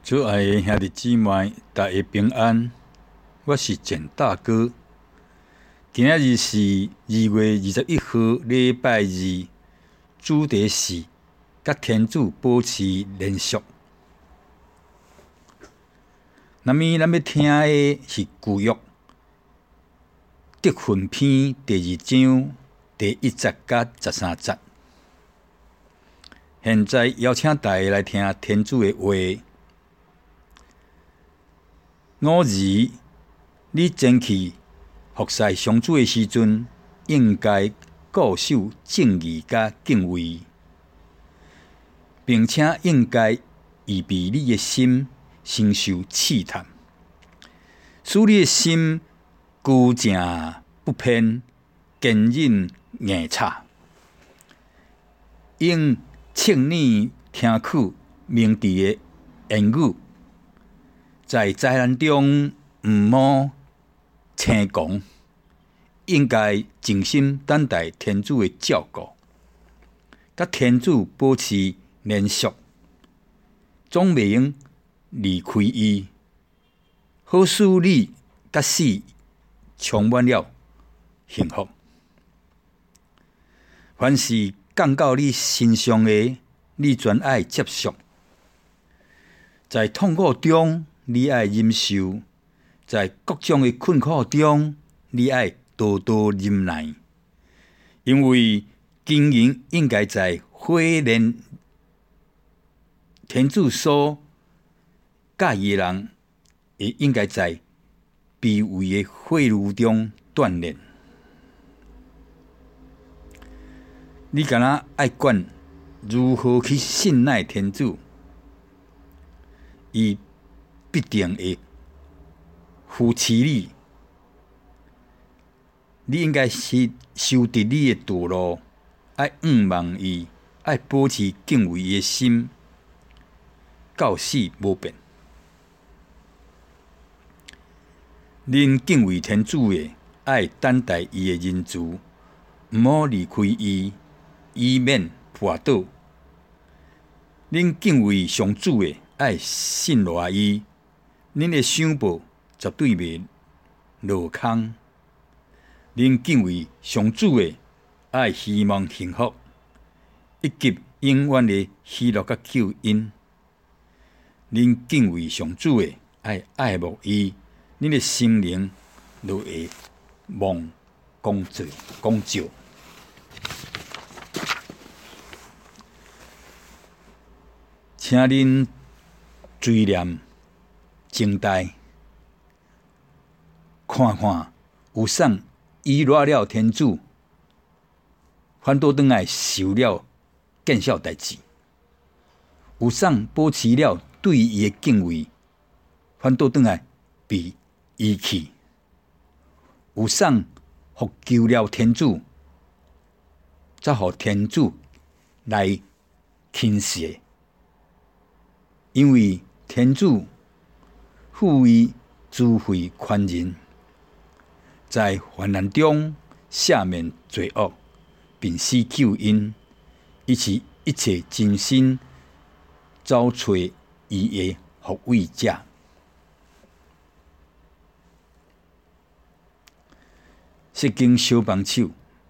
主爱的兄弟姊妹，大家平安。我是简大哥。今仔日是2月21号，礼拜二。主题是甲天主保持联系。咱要听的是旧约得训篇第2章第1节甲13节。现在邀请大家来听天主的话。5日，你前去服侍上主的时阵，应该固守正义甲敬畏，并且应该预备你的心承受试探，使你的心居正不偏，坚忍硬插，应侧耳听取明智的言语。在灾难中，毋好轻狂，应该静心等待天主的照顾，甲天主保持联系，总袂用离开伊，好使你甲死充满了幸福。凡是降到你身上的，你全爱接受。在痛苦中，你爱忍受；在各种的困苦中，你爱多多忍耐。因为经营应该在火炼天主所介意的人，也应该在卑微的火炉中锻炼。你敢若爱管如何去信赖天主，伊必定会扶持你。你应该是修直你的道路，爱仰望伊，爱保持敬畏伊的心，到死无变。恁敬畏天主的，爱等待伊的仁慈，毋好离开伊，以免跌倒。恁敬畏上主的，爱信赖伊，恁的想报绝对袂落空。恁敬畏上主的，爱希望幸福，以及永远的喜乐甲救恩。恁敬畏上主的，爱慕伊，恁的心灵就会望光照。请恁追念经代，看看有啥依赖了天主，反倒转来受了见效代志；有啥保持了对伊的敬畏，反倒转来被遗弃；有啥呼求了天主，则互天主来倾泻。因为天主赋予智慧宽仁，在患难中赦免罪恶，并施救恩，以及一切真心找找伊的护卫者。释经小帮手，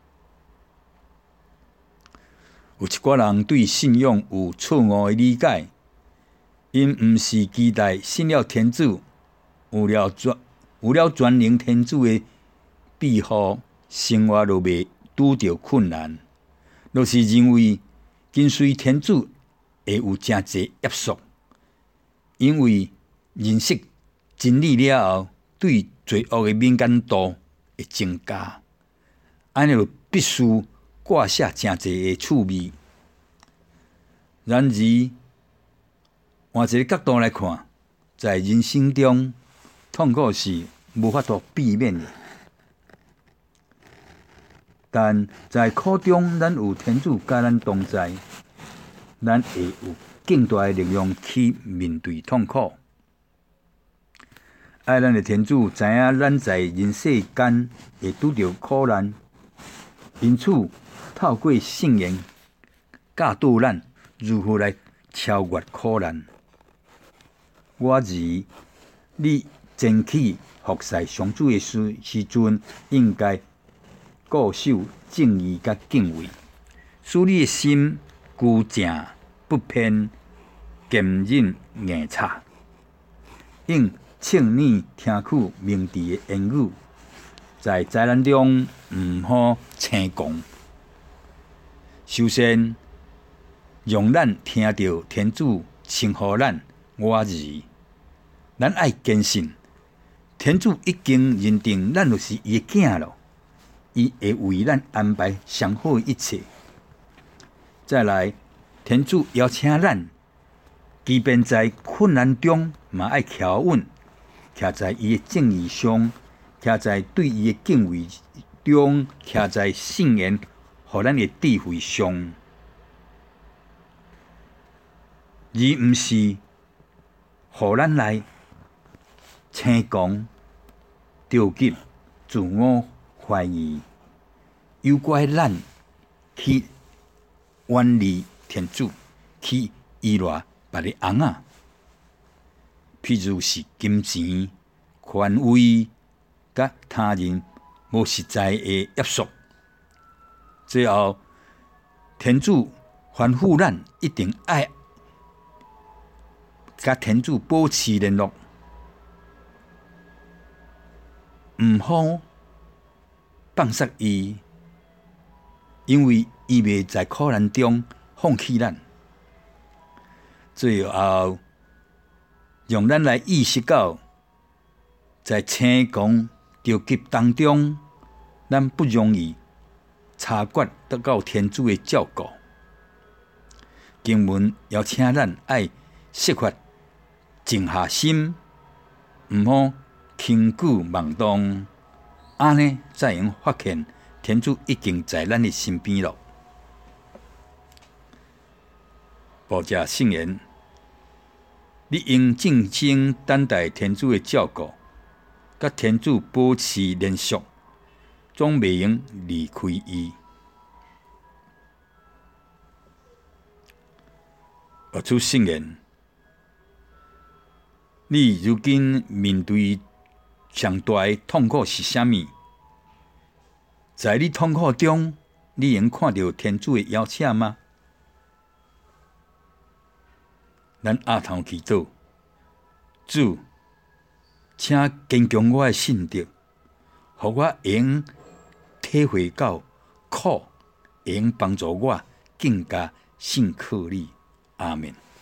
有一寡人对信仰有错误的理解。因毋是期待信了天主，有了全能天主的庇护，生活就袂拄着困难，就是认为跟随天主会有真侪约束。因为认识真理了后，对罪恶的敏感度会增加，安尼就必须挂下真侪的趣味。然而，换一个角度来看，在人生中，痛苦是无法度避免的。但在苦中，咱有天主甲咱同在，咱会有更大的力量去面对痛苦。爱咱的天主知影咱在人世间会拄着苦难，因此透过圣言教导咱如何来超越苦难。 我儿，你争取服侍上主的时阵，应该固守正义甲敬畏，使你的心居正不偏，坚忍硬插，应请你听取明智的言语，在灾难中毋好轻狂。首先，让咱听到天主称呼咱我儿，咱爱坚信天主已经认定咱就是伊的囝咯，伊会为咱安排上好的一切。再来，天主邀请咱，即便在困难中，嘛爱徛稳，徛在伊的正义上，徛在对伊的敬畏中，徛在圣言予咱的智慧上，而毋是予咱来轻狂、着急、自我怀疑，有怪咱去远离天主，去依赖别个翁仔，譬如是金钱、权威，甲他人无实在的约束。最后，天主吩咐咱一定爱甲天主保持联络，毋好放杀伊，因为伊袂在苦难中放弃咱。最后，让咱来意识到，在轻狂着急当中，咱不容易察觉得到天主的照顾。经文邀请咱爱设法静下心，毋好轻举妄动，安尼才会发现天主已经在咱的身边咯。报这圣言，你应静心等待天主的照顾，甲天主保持联系，总袂用离开伊。学出圣言，你如今面对上大的痛苦是啥物？在你痛苦中，你能看到天主的邀请吗？咱压头祈祷，主，请坚强我的信德，互我会用体会到苦，会用帮助我更加信靠你。阿门。